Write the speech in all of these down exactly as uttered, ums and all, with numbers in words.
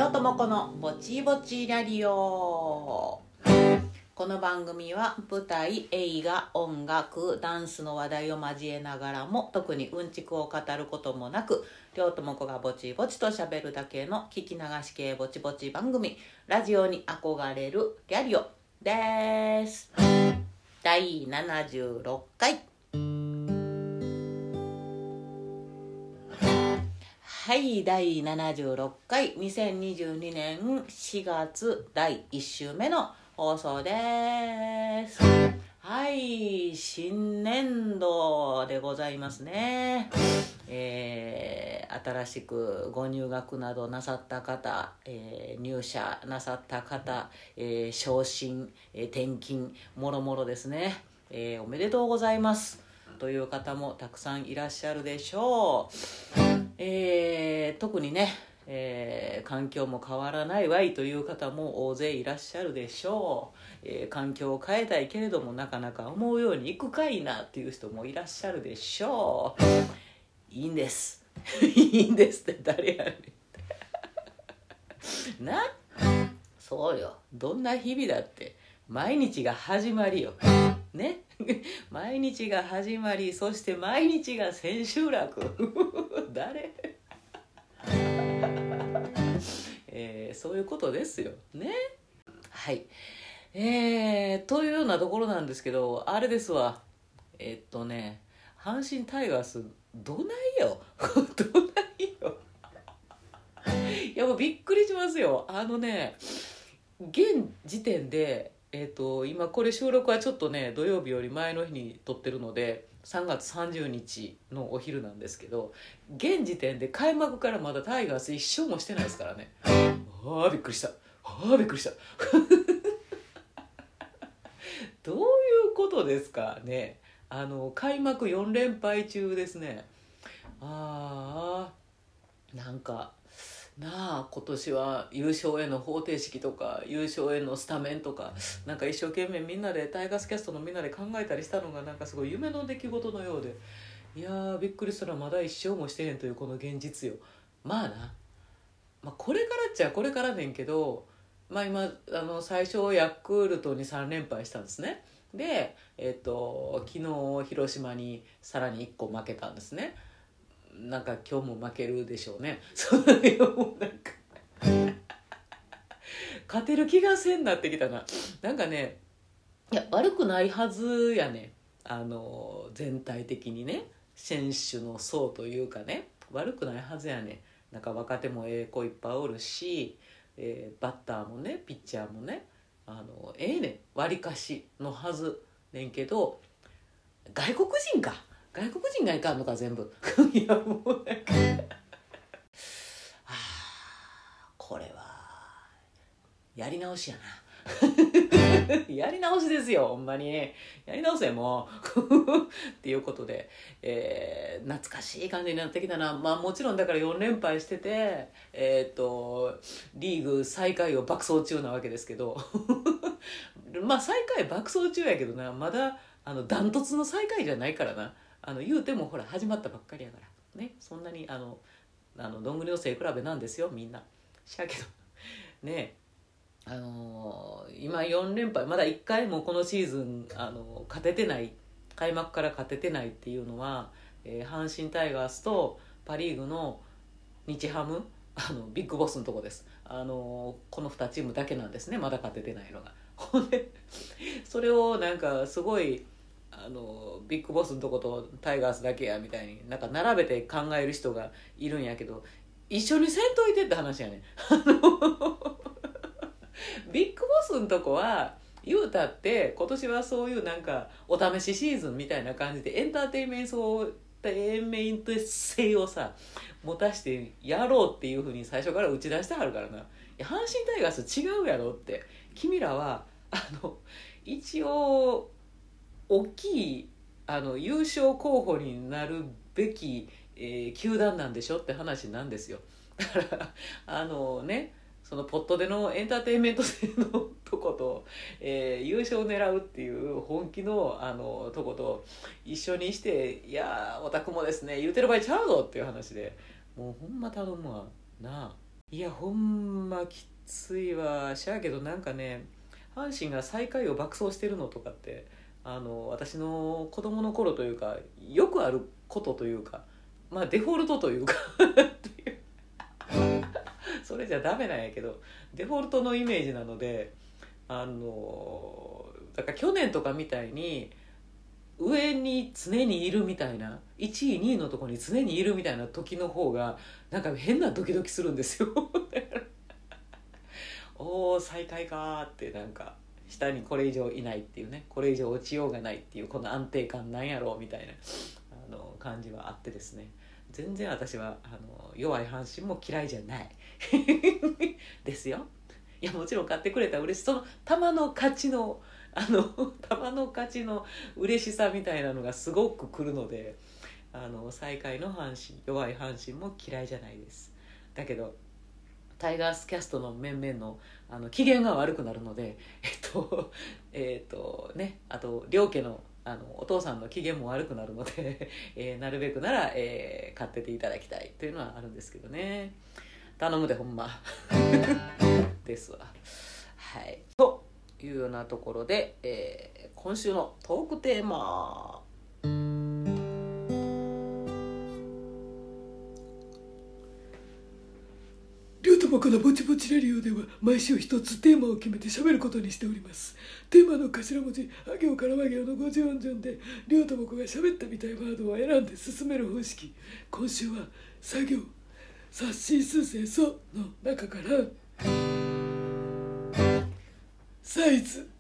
ょともこのぼちぼちラリオ。この番組は舞台、映画、音楽、ダンスの話題を交えながらも特にうんちくを語ることもなく、りょうともこがぼちぼちと喋るだけの聞き流し系ぼちぼち番組、ラジオに憧れるリャリオです。だいななじゅうろっかい。はい、だいななじゅうろっかい、にせんにじゅうにねんしがつだいいっ週目の放送です。はい、新年度でございますね。えー、新しくご入学などなさった方、えー、入社なさった方、えー、昇進、えー、転勤、もろもろですね、えー、おめでとうございますという方もたくさんいらっしゃるでしょう。えー、特にね、えー、環境も変わらないわいという方も大勢いらっしゃるでしょう。えー、環境を変えたいけれどもなかなか思うようにいくかいなっていう人もいらっしゃるでしょう。いいんですいいんですって誰やねんな。そうよ、どんな日々だって毎日が始まりよね毎日が始まり、そして毎日が千秋楽誰えー、そういうことですよね。はい、えー、というようなところなんですけど、あれですわ、えー、っとね阪神タイガースどないよどないよいやもうびっくりしますよ。あのね現時点で、えー、と今これ収録はちょっとね土曜日より前の日に撮ってるのでさんがつさんじゅうにちのお昼なんですけど、現時点で開幕からまだタイガースいっ勝もしてないですからね。ああびっくりした、ああびっくりしたどういうことですかね。あの開幕よん連敗中ですね。ああなんかなあ、今年は優勝への方程式とか優勝へのスタメンとかなんか一生懸命みんなでタイガースキャストのみんなで考えたりしたのがなんかすごい夢の出来事のようで、いやーびっくりしたらまだ一勝もしてへんというこの現実よ。まあな、まあ、これからっちゃこれからねんけど、まあ今あの最初ヤクルトにさん連敗したんですね。で、えっと昨日広島にさらにいっこ負けたんですね。なんか今日も負けるでしょうね。そういうもうなんか勝てる気がせんなってきたな。なんかね、いや悪くないはずやね。あの全体的にね選手の層というかね悪くないはずやね。なんか若手もええ子いっぱいおるし、えーバッターもねピッチャーもねあのええねん割りかしのはずねんけど、外国人か外国人がいかんのか全部いやもうなんかあこれはやり直しやなやり直しですよほんまに。やり直せもうっていうことで、えー、懐かしい感じになってきたな。まあもちろんだからよん連敗しててえっ、ー、とリーグ最下位を爆走中なわけですけどまあ最下位爆走中やけどな、まだあのダントツの最下位じゃないからな。あの言うてもほら始まったばっかりやからね、そんなにあのあのどんぐりの背比べなんですよみんな。しゃけどねあのー今よん連敗まだいっかいもこのシーズン、あのー勝ててない、開幕から勝ててないっていうのは、えー阪神タイガースとパ・リーグの日ハムあのビッグボスのとこです。あのーこのにチームだけなんですねまだ勝ててないのが。ほんでそれをなんかすごいあのビッグボスのとことタイガースだけやみたいになんか並べて考える人がいるんやけど、一緒にせんといてって話やねん。ビッグボスのとこは言うたって今年はそういうなんかお試しシーズンみたいな感じでエンターテインメントエンメイント性をさ持たしてやろうっていうふうに最初から打ち出してはるからな。いや阪神タイガース違うやろって、君らはあの一応大きいあの優勝候補になるべき、えー球団なんでしょって話なんですよ。だからあのねそのポットでのエンターテインメント性のとこと、えー優勝を狙うっていう本気のあのとこと一緒にして、いやーオタクもですね言うてる場合ちゃうぞっていう話で、もうほんま頼むわなあ。 いやほんまきついわ。しゃあけどなんかね、阪神が最下位を爆走してるのとかってあの私の子供の頃というかよくあることというか、まあデフォルトというかっていうそれじゃダメなんやけど、デフォルトのイメージなので、あのだから去年とかみたいに上に常にいるみたいな、いちいにいのとこに常にいるみたいな時の方がなんか変なドキドキするんですよおお最下位かーって、なんか下にこれ以上いないっていうね、これ以上落ちようがないっていうこの安定感なんやろうみたいなあの感じはあってですね、全然私はあの弱い阪神も嫌いじゃないですよ。いやもちろん買ってくれたら嬉しい、その玉の勝ちのあの玉の勝ちの嬉しさみたいなのがすごくくるので、あの最下位の阪神、弱い阪神も嫌いじゃないです。だけどタイガースキャストの面々のあの機嫌が悪くなるので、えっとえっとね、あと両家のあのお父さんの機嫌も悪くなるので、えーなるべくなら、えー買ってていただきたいというのはあるんですけどね。頼むでほんまですわ。はい、というようなところで、えー今週のトークテーマ、りょうともこのぼちぼちラリオでは毎週一つテーマを決めて喋ることにしております。テーマの頭文字あ行から和行の五十音順でりょうともこが喋ってみたいワードを選んで進める方式。今週は作業さっしーすせその中からサイズ、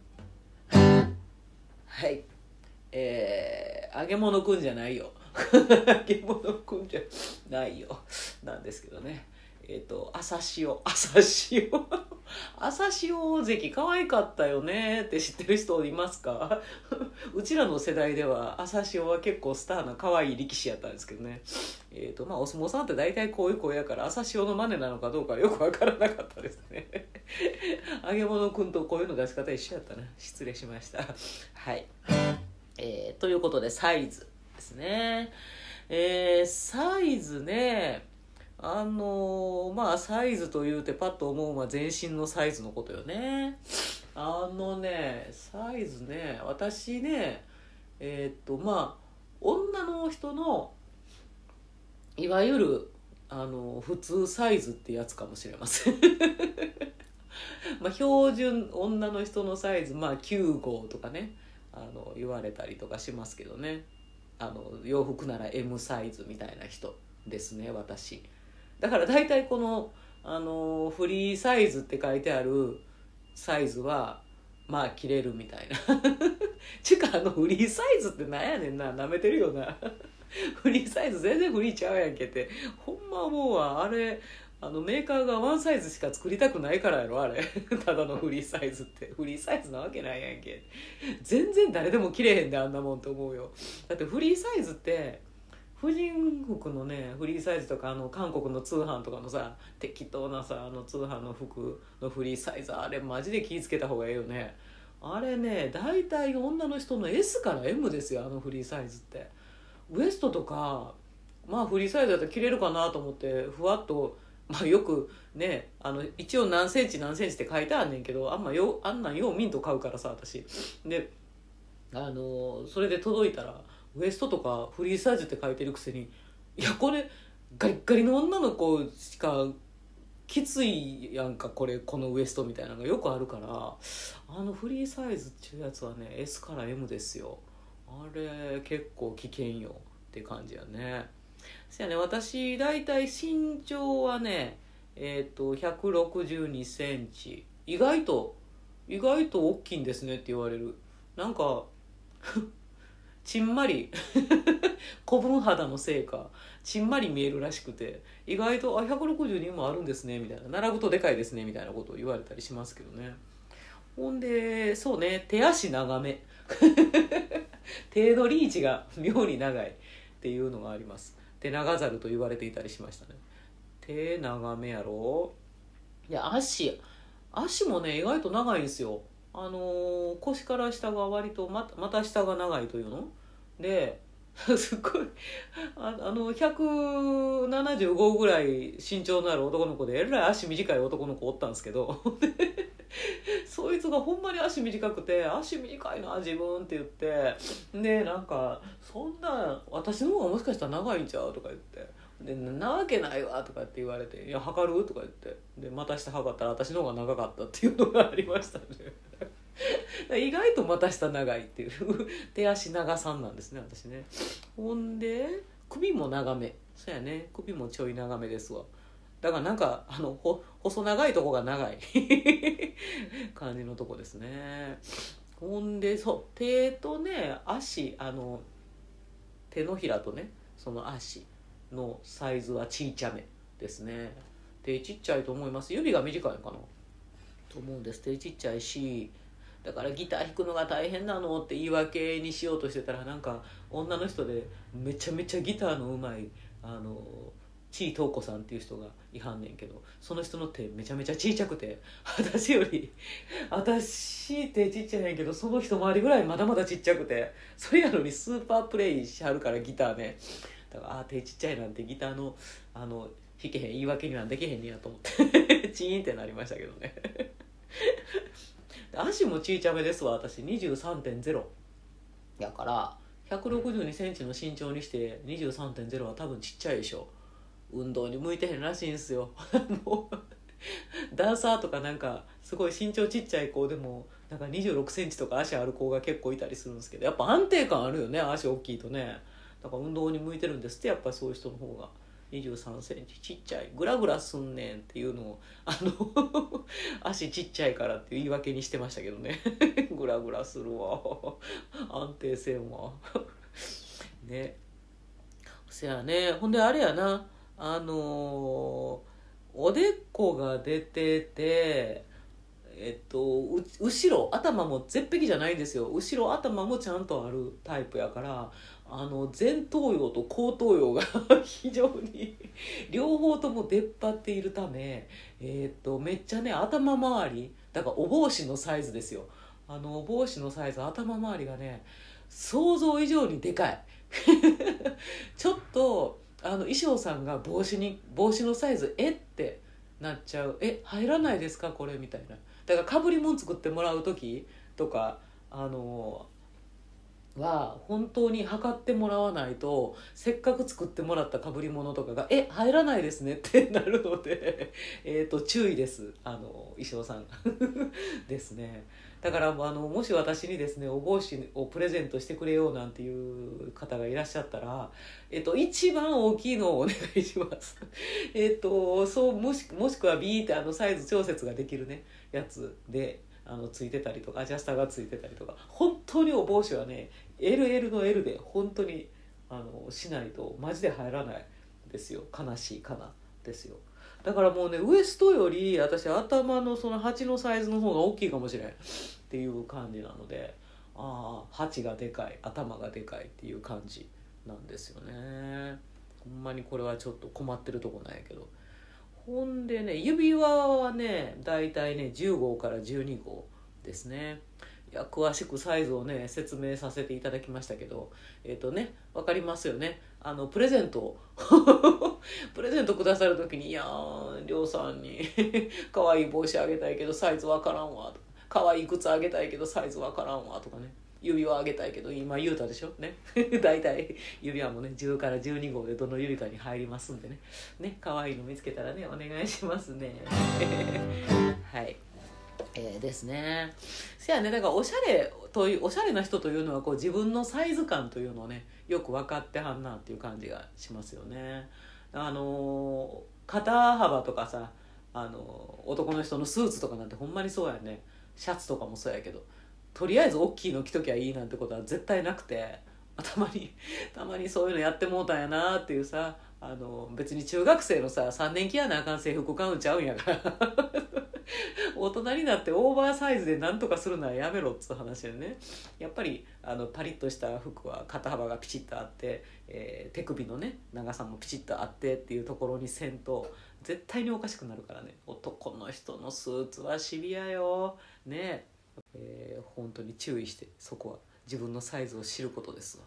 はい、えー、揚げ物くんじゃないよ揚げ物くんじゃないよなんですけどね、えっ、ー、と朝塩朝塩朝塩関可愛かったよねって知ってる人いますかうちらの世代では朝塩は結構スターな可愛い力士やったんですけどね、えーとまあ、お相撲さんって大体こういう声やから朝塩の真似なのかどうかよく分からなかったですね揚げ物くんと声の出し方一緒やったな、失礼しましたはい、えー、ということでサイズですね。えー、サイズね、あのーまあサイズというてパッと思うのは全身のサイズのことよね。あのねサイズね、私ねえーっとまあ女の人のいわゆるあの普通サイズってやつかもしれませんまあ標準女の人のサイズ、まあきゅう号とかね、あの言われたりとかしますけどね、あの洋服なら エム サイズみたいな人ですね私。だから大体このあのフリーサイズって書いてあるサイズはまあ着れるみたいなちゅうかあのフリーサイズってなんやねんな、なめてるよなフリーサイズ全然フリーちゃうやんけって、ほんま思うわ。あれあのメーカーがワンサイズしか作りたくないからやろあれただのフリーサイズってフリーサイズなわけないやんけ。全然誰でも着れへんであんなもんと思うよ。だってフリーサイズって婦人服のねフリーサイズとか、あの韓国の通販とかのさ適当なさあの通販の服のフリーサイズ、あれマジで気ぃつけた方がいいよね。あれね大体女の人の エス から エム ですよ、あのフリーサイズって。ウエストとかまあフリーサイズだったら着れるかなと思ってふわっと、まあよくねあの一応何センチ何センチって書いてあんねんけど、あんまよあんなんようミント買うからさ私で、あのそれで届いたらウエストとかフリーサイズって書いてるくせに、いやこれガリッガリの女の子しかきついやんかこれ、このウエストみたいなのがよくあるから、あのフリーサイズっていうやつはね エス から エム ですよ。あれ結構危険よって感じやね。そやね、私だいたい身長はねえっ、ー、とひゃくろくじゅうにセンチ、意外と意外と大きいんですねって言われる。なんかちんまり古文肌のせいかちんまり見えるらしくて、意外とあひゃくろくじゅうにもあるんですねみたいな、並ぶとでかいですねみたいなことを言われたりしますけどね。ほんでそうね、手足長め手のリーチが妙に長いっていうのがあります。手長猿と言われていたりしましたね。手長めやろ。いや足足もね意外と長いんですよ。あのー腰から下が割とまたまた下が長いというので、 すごいああのひゃくななじゅうごぐらい身長のある男の子でえらい足短い男の子おったんですけどそいつがほんまに足短くて足短いな自分って言ってでなんかそんな私の方がもしかしたら長いんちゃうとか言ってでなわけないわとかって言われていや測るとか言ってでまた下測ったら私の方が長かったっていうのがありましたね意外と股下長いっていう手足長さんなんですね私ね。ほんで首も長めそうやね首もちょい長めですわ。だからなんかあのほ細長いとこが長い感じのとこですね。ほんでそう手とね足あの手のひらとねその足のサイズはちいちゃめですね。手ちっちゃいと思います。指が短いのかなと思うんです。手ちっちゃいしだからギター弾くのが大変なのって言い訳にしようとしてたらなんか女の人でめちゃめちゃギターのうまいあの地井東子さんっていう人がいはんねんけどその人の手めちゃめちゃちいちゃくて私より私手ちっちゃいんやけどその一回りぐらいまだまだちっちゃくてそれやのにスーパープレイしはるからギターねだからあ手ちっちゃいなんてギターのあの弾けへん言い訳にはできへんねやと思ってチーンってなりましたけどね足もちいちゃめですわ私 にじゅうさんてんゼロ やからひゃくろくじゅうにセンチの身長にして にじゅうさんてんゼロ は多分ちっちゃいでしょ。運動に向いてへんらしいんですよもうダンサーとかなんかすごい身長ちっちゃい子でもなんかにじゅうろくセンチとか足ある子が結構いたりするんですけどやっぱ安定感あるよね足大きいとね。だから運動に向いてるんですってやっぱりそういう人の方が。にじゅうさんセンチちっちゃいグラグラすんねんっていうのをあの足ちっちゃいからっていう言い訳にしてましたけどねグラグラするわ安定せんわね。せやね。ほんであれやなあのーおでこが出ててえっとう後ろ頭も絶壁じゃないんですよ。後ろ頭もちゃんとあるタイプやからあの前頭葉と後頭葉が非常に両方とも出っ張っているため、えっとめっちゃね頭周りだからお帽子のサイズですよ。あのお帽子のサイズ頭周りがね想像以上にでかいちょっとあの衣装さんが帽子に帽子のサイズえってなっちゃうえ入らないですかこれみたいな。だからかぶりもん作ってもらう時とかあのは本当に測ってもらわないとせっかく作ってもらったかぶり物とかがえ入らないですねってなるのでえーと注意ですあの衣装さんですね。だからあのもし私にですねお帽子をプレゼントしてくれようなんていう方がいらっしゃったら、えっと、一番大きいのをお願いしますえっとそうもしもしくはビーってあのサイズ調節ができるねやつであのついてたりとかアジャスターがついてたりとか本当にお帽子はね エルエル の エル で本当にあのしないとマジで入らないですよ。悲しいかなですよ。だからもうねウエストより私頭のその鉢のサイズの方が大きいかもしれんっていう感じなのでああ鉢がでかい頭がでかいっていう感じなんですよね。ほんまにこれはちょっと困ってるとこなんやけどほんでね指輪はねだいたいねじゅうごうからじゅうにごうですね。いや詳しくサイズをね説明させていただきましたけどえっ、ー、とね分かりますよね。あのプレゼントプレゼントくださる時に「いやーりょうさんに可愛い帽子あげたいけどサイズわからんわ」とか「可愛い靴あげたいけどサイズわからんわ」とかね指輪あげたいけど今言うたでしょね大体指輪もねじゅうからじゅうにごうでどの指かに入りますんでねね可愛いの見つけたらねお願いしますねはいえー、ですね。せやねだからおしゃれというおしゃれな人というのはこう自分のサイズ感というのをねよく分かってはんなっていう感じがしますよね。あのー、肩幅とかさあのー、男の人のスーツとかなんてほんまにそうやね。シャツとかもそうやけどとりあえず大きいの着ときゃいいなんてことは絶対なくてたまにたまにそういうのやってもうたんやなっていうさあの別に中学生のささんねん着やなあかん制服買うんちゃうんやから大人になってオーバーサイズで何とかするのはやめろっつう話でねやっぱりあのパリッとした服は肩幅がピチッとあって、えー、手首のね長さもピチッとあってっていうところにせんと絶対におかしくなるからね。男の人のスーツはシビアよねえー、本当に注意してそこは自分のサイズを知ることですわ。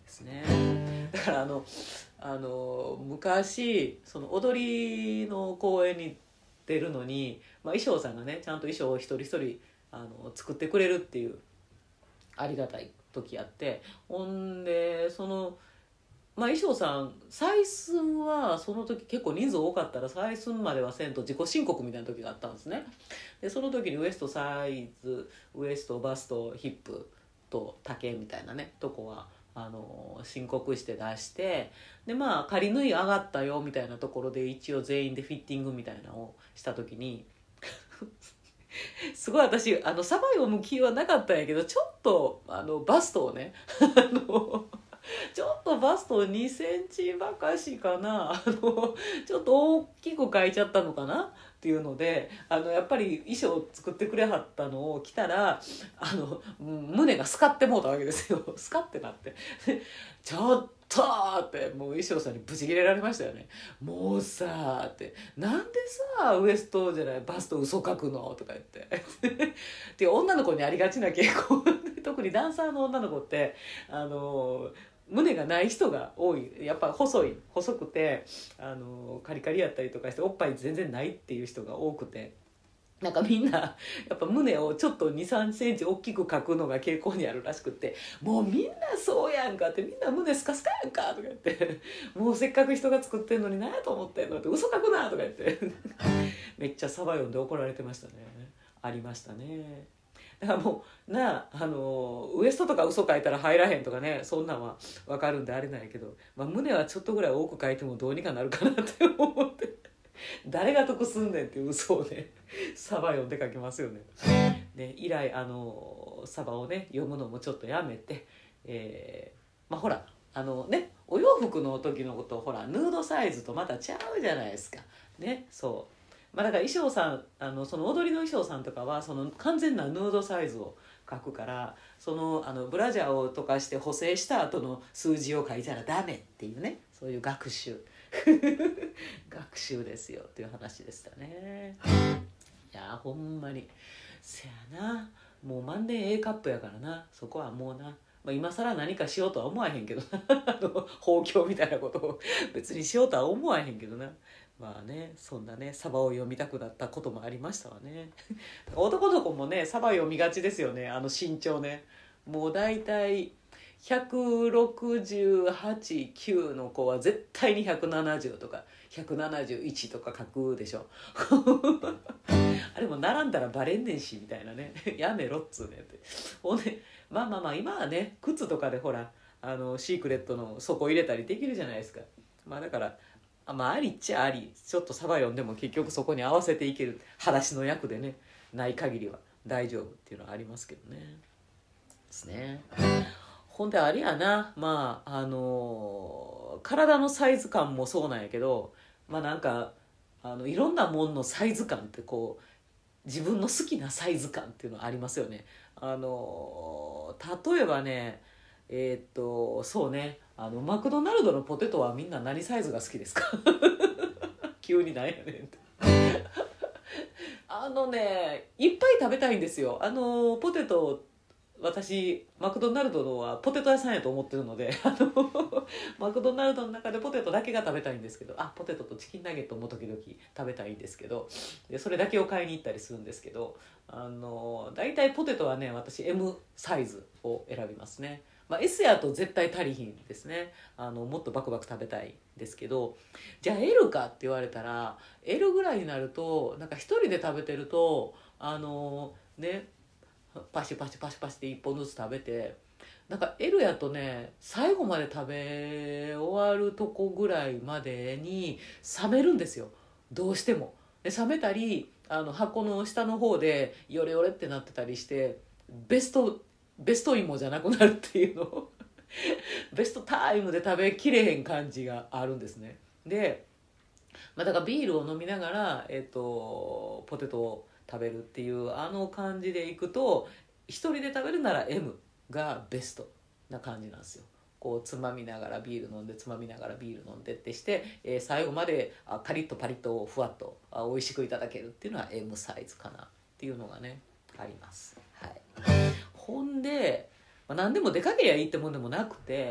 ですね。だからあのあの昔その踊りの公演に出るのに、まあ、衣装さんがねちゃんと衣装を一人一人あの作ってくれるっていうありがたい時あって、ほんでその、まあ、衣装さん採寸はその時結構人数多かったら採寸まではせんと自己申告みたいな時があったんですね。でその時にウエストサイズ、ウエスト、バスト、ヒップと丈みたいなねとこはあの申告して出して、でまあ仮縫い上がったよみたいなところで一応全員でフィッティングみたいなのをした時にすごい私あのサバ読む気はなかったんやけど、ちょっとあのバストをねあのちょっとバストにセンチばかしかな、あのちょっと大きく描いちゃったのかなっていうので、あのやっぱり衣装を作ってくれはったのを着たらあの胸がスカってもうたわけですよ。スカってなってちょっとってもう衣装さんにブチ切れられましたよね。もうさってなんでさウエストじゃないバスト嘘書くのとか言ってで女の子にありがちな傾向特にダンサーの女の子ってあの胸がない人が多い。やっぱ細い細くてあのカリカリやったりとかしておっぱい全然ないっていう人が多くて、なんかみんなやっぱ胸をちょっとにさんセンチ大きく描くのが傾向にあるらしくって、もうみんなそうやんかって、みんな胸スカスカやんかとか言ってもうせっかく人が作ってんのに何やと思ってんのって嘘書くなとか言ってめっちゃサバ読んで怒られてましたね。ありましたね。だからもうなあのウエストとか嘘書いたら入らへんとかね、そんなんは分かるんであれないけど、まあ、胸はちょっとぐらい多く書いてもどうにかなるかなって思って誰が得すんねんっていう嘘をねサバ読んで書きますよね。ね、以来あのサバをね読むのもちょっとやめて、えー、まあほらあのねお洋服の時のことほらヌードサイズとまたちゃうじゃないですかね。そうまあ、だから衣装さんあのその踊りの衣装さんとかはその完全なヌードサイズを書くから、そのあのブラジャーを溶かして補正した後の数字を書いたらダメっていうね、そういう学習学習ですよっていう話でしたね。いやほんまにせやな、もう万年 A カップやからな、そこはもうな、まあ、今更何かしようとは思わへんけどなあの放狂みたいなことを別にしようとは思わへんけどな。まあね、そんなねサバを読みたくなったこともありましたわね男の子もねサバ読みがちですよね。あの身長ね、もうだいたいひゃくろくじゅうはち、きゅうの子は絶対にひゃくななじゅうとかひゃくななじゅういちとか書くでしょあれも並んだらバレんねんしみたいなねやめろっつうねんって。ほんでまあまあまあ今はね靴とかでほらあのシークレットの底入れたりできるじゃないですか。まあだからあまあありっちゃあり、ちょっとサバ読んでも結局そこに合わせていける裸足の役でねない限りは大丈夫っていうのはありますけどね。ですね。ほんであれやな、まああのー体のサイズ感もそうなんやけど、まあなんかあのいろんなもんのサイズ感ってこう自分の好きなサイズ感っていうのありますよね。あのー例えばねえーっとそうね、あのマクドナルドのポテトはみんな何サイズが好きですか急になんやねんってあのねいっぱい食べたいんですよ。あのポテト、私マクドナルドのはポテト屋さんやと思ってるのであのマクドナルドの中でポテトだけが食べたいんですけど、あポテトとチキンナゲットも時々食べたいんですけど、でそれだけを買いに行ったりするんですけど、あのだいたいポテトはね私 エム サイズを選びますね。まあ、S やと絶対足りひんですね。あのもっとバクバク食べたいんですけど、じゃあ エル かって言われたら エル ぐらいになるとなんか一人で食べてるとあのねパシパシパシパシっていっぽんずつ食べて、なんか エル やとね最後まで食べ終わるとこぐらいまでに冷めるんですよ、どうしても。で冷めたりあの箱の下の方でヨレヨレってなってたりしてベストベスト芋じゃなくなるっていうのをベストタイムで食べきれへん感じがあるんですね。で、まあ、だからビールを飲みながら、えっと、ポテトを食べるっていうあの感じでいくと一人で食べるなら エム がベストな感じなんですよ。こうつまみながらビール飲んでつまみながらビール飲んでってして、えー最後まであカリッとパリッとふわっとあ美味しくいただけるっていうのは エム サイズかなっていうのがねあります。はい。ほんで、まあ、何でも出かけりゃいいってもんでもなくて、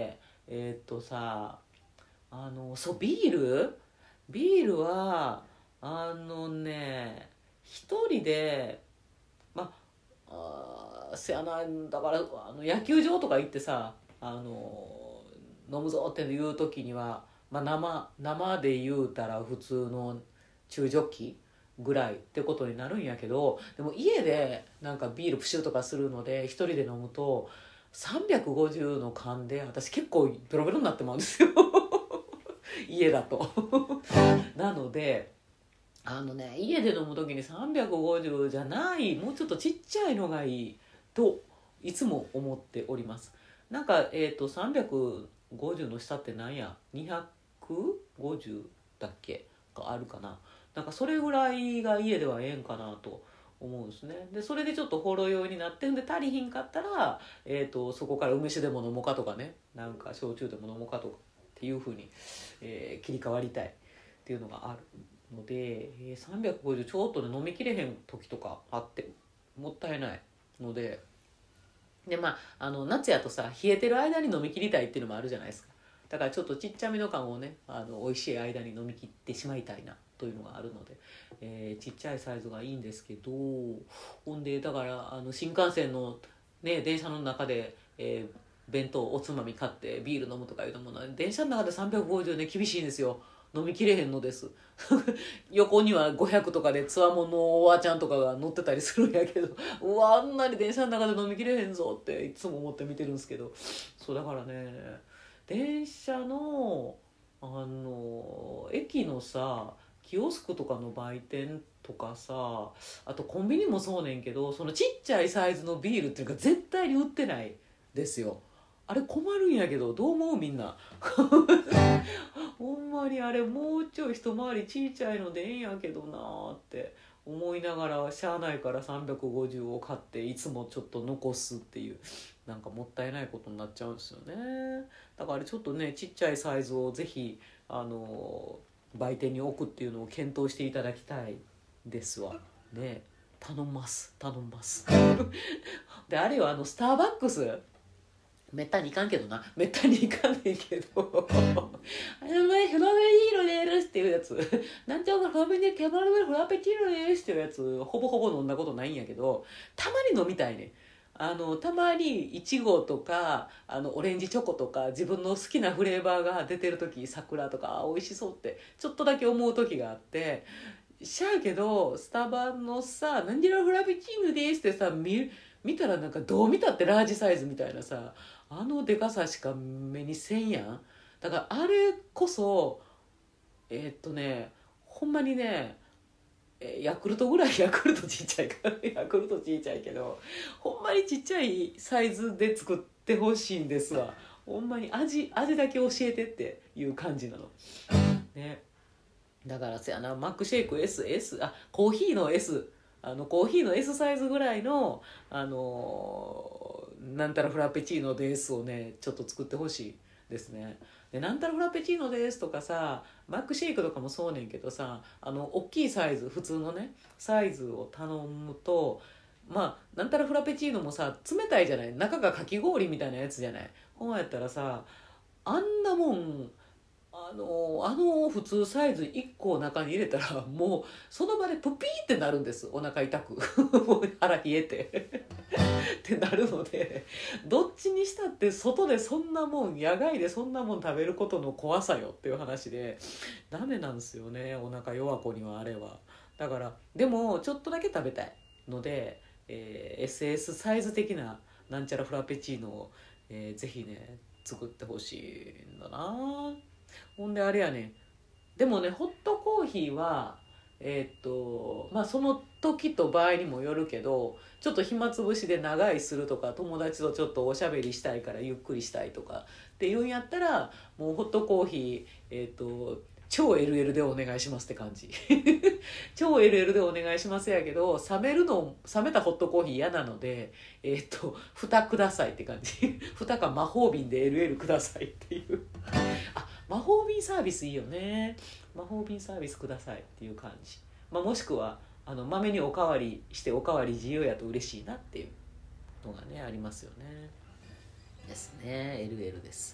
えっとさあのそうビールビールはあのね一人でまああせやなだからあの野球場とか行ってさあの飲むぞっていう時には、まあ、生生で言うたら普通の中ジョッキぐらいってことになるんやけど、でも家でなんかビールプシューとかするので一人で飲むとさんびゃくごじゅうの缶で私結構ベロベロになってまうんですよ家だとなのであのね家で飲む時にさんびゃくごじゅうじゃないもうちょっとちっちゃいのがいいといつも思っております。なんかえっ、ー、とさんびゃくごじゅうの下って何やにひゃくごじゅうだっけがあるかな。なんかそれぐらいが家ではええんかなと思うんですね。でそれでちょっとほろ酔いになってんで足りひんかったら、えー、とそこから梅酒でも飲もうかとかねなんか焼酎でも飲もうかとかっていう風に、えー、切り替わりたいっていうのがあるので、えー、さんびゃくごじゅうちょっとで飲みきれへん時とかあってもったいないのででまああの夏やとさ冷えてる間に飲み切りたいっていうのもあるじゃないですか。だからちょっとちっちゃめの缶をねあの美味しい間に飲み切ってしまいたいなというのがあるので、えー、ちっちゃいサイズがいいんですけど、ほんでだからあの新幹線の、ね、電車の中で、えー、弁当おつまみ買ってビール飲むとかいうのも電車の中でさんびゃくごじゅうね厳しいんですよ。飲みきれへんのです横にはごひゃくとかでつわもののおばあちゃんとかが乗ってたりするんやけどうわあんなに電車の中で飲みきれへんぞっていつも思って見てるんですけど、そうだからね電車のあの駅のさキオスクとかの売店とかさあとコンビニもそうねんけどそのちっちゃいサイズのビールっていうか絶対に売ってないですよ。あれ困るんやけどどう思うみんなほんまにあれもうちょい一回りちいちゃいのでええんやけどなーって思いながらしゃあないからさんびゃくごじゅうを買っていつもちょっと残すっていうなんかもったいないことになっちゃうんですよね。だからちょっとねちっちゃいサイズをぜひあの売店に置くっていうのを検討していただきたいですわね。頼んます頼んますであれよあのスターバックスめったに行かんけどなめったに行かんねんけどあの前フラペチーノですっていうやつなんちゃうかフラペチーノキャバルメフラペチーノですっていうやつほぼほぼ飲んだことないんやけどたまに飲みたいね。あのたまにいちごとかあのオレンジチョコとか自分の好きなフレーバーが出てる時桜とかあ美味しそうってちょっとだけ思う時があってしゃあけどスタバのさなんでらフラペチーノですってさ 見, 見たらなんかどう見たってラージサイズみたいなさあのでかさしか目にせんやん。だからあれこそえー、っとねほんまにねヤクルトぐらいヤクルトちっちゃいからヤクルトちっちゃいけどほんまにちっちゃいサイズで作ってほしいんですわ。ほんまに味味だけ教えてっていう感じなのね。だからせやなマックシェイク エスエス あコーヒーの S あのコーヒーの S サイズぐらいのあのー、なんたらフラペチーノですをねちょっと作ってほしいですね。でなんたらフラペチーノですとかさマックシェイクとかもそうねんけどさあの大きいサイズ普通のねサイズを頼むとまあなんたらフラペチーノもさ冷たいじゃない中がかき氷みたいなやつじゃない。ほんまやったらさあんなもんあのあの普通サイズいっこを中に入れたらもうその場でプピーってなるんですお腹痛く腹冷えてってなるのでどっちにしたって外でそんなもん野外でそんなもん食べることの怖さよっていう話でダメなんですよねお腹弱子にはあれは。だからでもちょっとだけ食べたいので、えー、エスエス サイズ的ななんちゃらフラペチーノを、えー、ぜひね作ってほしいんだな。ほんであれやねでもねホットコーヒーはえー、っとまあその時と場合にもよるけどちょっと暇つぶしで長居するとか友達とちょっとおしゃべりしたいからゆっくりしたいとかっていうんやったらもうホットコーヒーえー、っと超 エルエル でお願いしますって感じ超 エルエル でお願いしますやけど冷めるの冷めたホットコーヒー嫌なのでえー、っと蓋くださいって感じ蓋か魔法瓶で エルエル くださいっていうあ魔法瓶サービスいいよね。魔法瓶サービスくださいっていう感じ、まあ、もしくはあのまめにおかわりしておかわり自由やと嬉しいなっていうのがねありますよね。ですね エルエル です。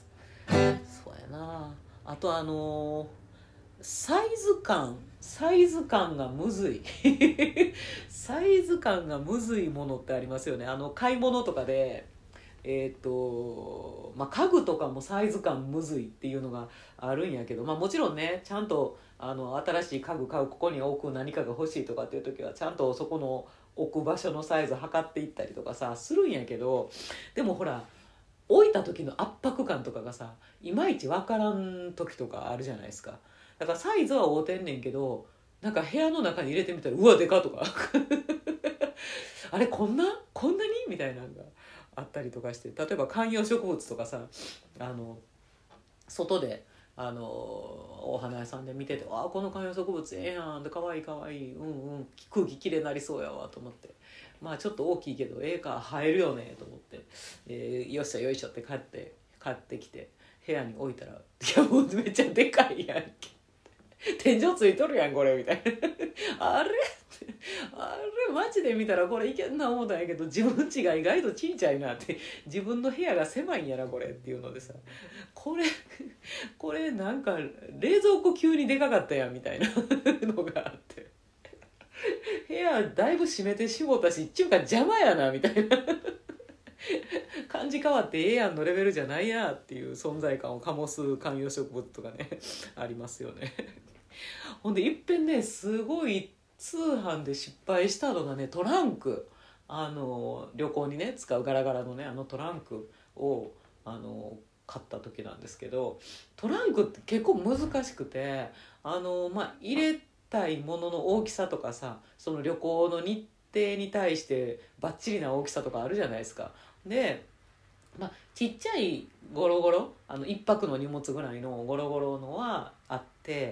そうやな。あとあのーサイズ感サイズ感がむずいサイズ感がむずいものってありますよね。あの買い物とかでえっ、とまあ家具とかもサイズ感むずいっていうのがあるんやけど、まあもちろんねちゃんとあの新しい家具買う、ここに置く何かが欲しいとかっていう時はちゃんとそこの置く場所のサイズ測っていったりとかさするんやけど、でもほら置いた時の圧迫感とかがさいまいち分からん時とかあるじゃないですか。だからサイズは合うてんねんけど、なんか部屋の中に入れてみたらうわでかとかあれこんなこんなにみたいなのがあったりとかして、例えば観葉植物とかさ、あの外であのお花屋さんで見てて、あこの観葉植物ええやんでかわいいかわいい、うんうん空気きれいになりそうやわと思って、まあちょっと大きいけどええか生えるよねと思って、えー、よっしゃよいしょって買って買ってきて部屋に置いたら、いやもうめっちゃでかいやんけ天井ついとるやんこれみたいなあれあれマジで見たらこれいけんな思ったんやけど、自分家が意外とちいちゃいなって、自分の部屋が狭いんやなこれっていうのでさ、これこれなんか冷蔵庫急にでかかったやんみたいなのがあって、部屋だいぶ閉めてしもたしちゅうか邪魔やなみたいな感じ変わってええやんのレベルじゃないやっていう存在感を醸す観葉植物とかねありますよね。ほんでいっぺんねすごい通販で失敗したのがね、トランク、あの旅行にね使うガラガラのねあのトランクをあの買った時なんですけど、トランクって結構難しくて、あのまあ入れたいものの大きさとかさ、その旅行の日程に対してバッチリな大きさとかあるじゃないですか。でまあ、ちっちゃいゴロゴロあの一泊の荷物ぐらいのゴロゴロのはあって、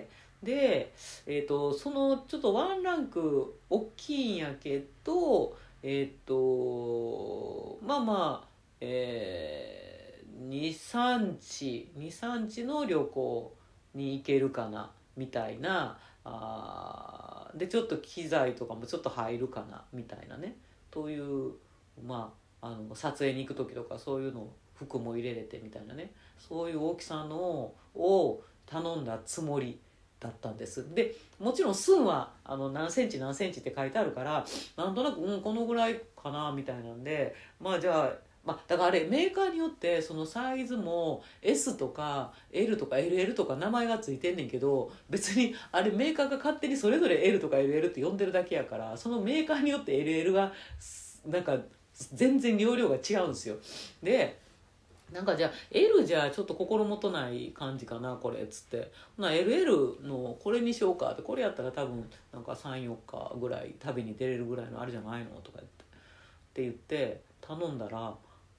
で、えー、とそのちょっとワンランク大きいんやけど、えっ、とまあまあ、えー、にさんちにさんちの旅行に行けるかなみたいな、あでちょっと機材とかもちょっと入るかなみたいなね、というまああの撮影に行く時とかそういうの服も入れれてみたいなね、そういう大きさのを頼んだつもりだったんです。でもちろん寸はあの何センチ何センチって書いてあるから、なんとなく、うん、このぐらいかなみたいなんで、まあじゃあまあ、だからあれメーカーによってそのサイズも エス とか エル とか エルエル とか名前がついてんねんけど、別にあれメーカーが勝手にそれぞれ エル とか エルエル って呼んでるだけやから、そのメーカーによって エルエル がなんか全然容量が違うんですよ。でなんかじゃあ エル じゃちょっと心もとない感じかなこれっつって、ほな エルエル のこれにしようかって、これやったら多分なんかさんよっかぐらい旅に出れるぐらいのあるじゃないのとか言ってって言って頼んだら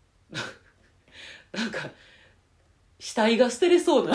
なんか死体が捨てれそうな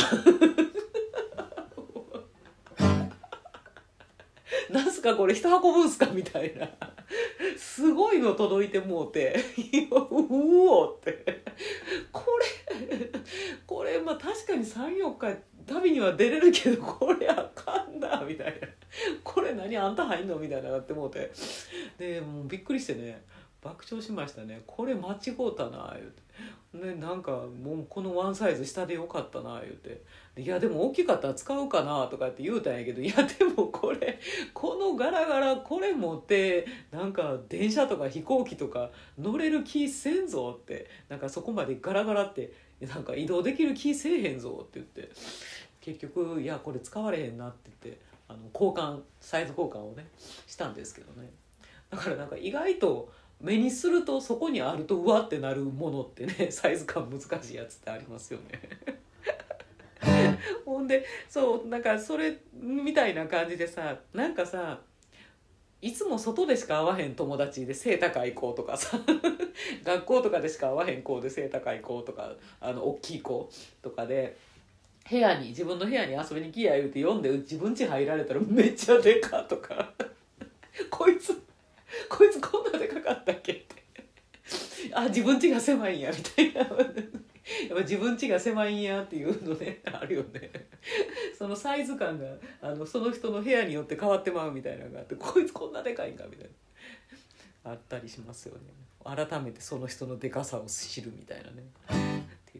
なんすかこれ人運ぶんすかみたいなすごいの届いてもうてうおーってこれこれまあ確かにさんよっか旅には出れるけどこれあかんなみたいな、これ何あんた入んのみたいななってもうて、でもうびっくりしてね爆笑しましたね。これ間違うたな言うて、ね、なんかもうこのワンサイズ下でよかったな言うて、いやでも大きかったら使うかなとかって言うたんやけど、いやでもこれこのガラガラこれ持ってなんか電車とか飛行機とか乗れる気せんぞって、なんかそこまでガラガラってなんか移動できる気せえへんぞって言って、結局いやこれ使われへんなって言ってあの交換サイズ交換をねしたんですけどね。だからなんか意外と目にするとそこにあるとうわってなるものってねサイズ感難しいやつってありますよねほんでそうなんかそれみたいな感じでさ、なんかさいつも外でしか会わへん友達で背高い子とかさ学校とかでしか会わへん子で背高い子とかあの大きい子とかで部屋に自分の部屋に遊びに来や言うて読んで自分家入られたらめっちゃでかとかこいつこいつこんなでかかったっけってあ自分家が狭いんやみたいなやっぱ自分家が狭いんやっていうのねあるよね。そのサイズ感があのその人の部屋によって変わってまうみたいなのがあって、こいつこんなでかいんかみたいなあったりしますよね。改めてその人のでかさを知るみたいなねっていうのが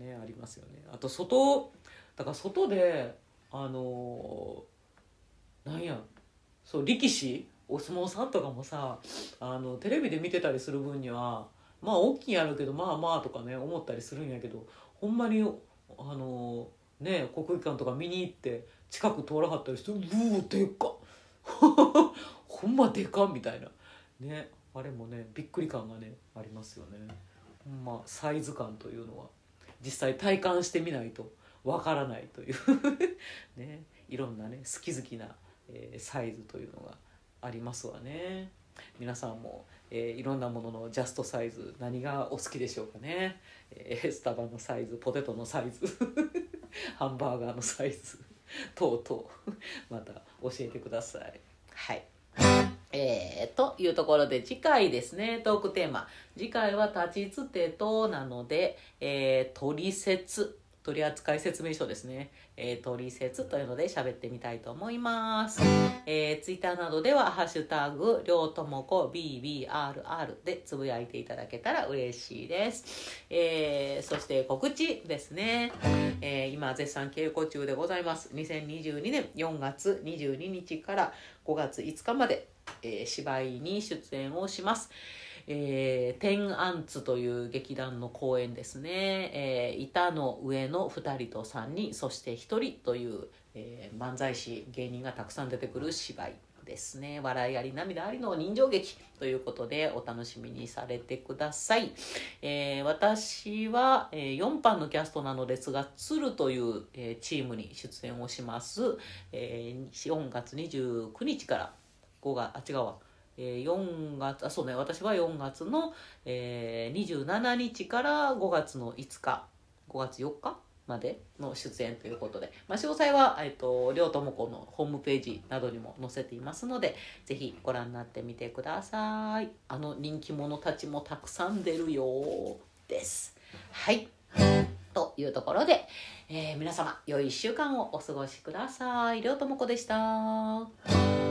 ねありますよね。あと外だから外であのー、なんやそう力士お相撲さんとかもさあのテレビで見てたりする分にはまあ大きいんやるけどまあまあとかね思ったりするんやけど、ほんまにあのね国技館とか見に行って近く通らはったりして、うーでっかほんまでかみたいなね、あれもねびっくり感がねありますよね。ほんまサイズ感というのは実際体感してみないとわからないというね、いろんなね好き好きな、えーサイズというのがありますわね。皆さんも、えーいろんなもののジャストサイズ何がお好きでしょうかね、えースタバのサイズ、ポテトのサイズハンバーガーのサイズ等々また教えてください。はい、えー、というところで次回ですね、トークテーマ次回は立ちつてとなので、えー、取説取扱説明書ですね、えー、取説というので喋ってみたいと思います。えー、ツイッターなどではハッシュタグりょうともこ ビービーアールアール でつぶやいていただけたら嬉しいです。えー、そして告知ですね、えー、今絶賛稽古中でございます。にせんにじゅうにねんよんがつにじゅうににちからごがついつかまで、えー、芝居に出演をします。えー、天安津という劇団の公演ですね、えー、板の上のふたりとさんにん、そしてひとりという、えー、漫才師芸人がたくさん出てくる芝居ですね。笑いあり涙ありの人情劇ということでお楽しみにされてください。えー、私は、えー、よんばんのキャストなのですが、鶴という、えー、チームに出演をします。えー、よんがつにじゅうくにちからごがつあ違うわよんがつあそうね私はよんがつの、えー、にじゅうしちにちからごがつのいつかごがつよっかまでの出演ということで、まあ、詳細は、えっと、りょうともこのホームページなどにも載せていますので、ぜひご覧になってみてください。あの人気者たちもたくさん出るようです。はいというところで、えー、皆様良いいっしゅうかんをお過ごしください。りょうともこでした。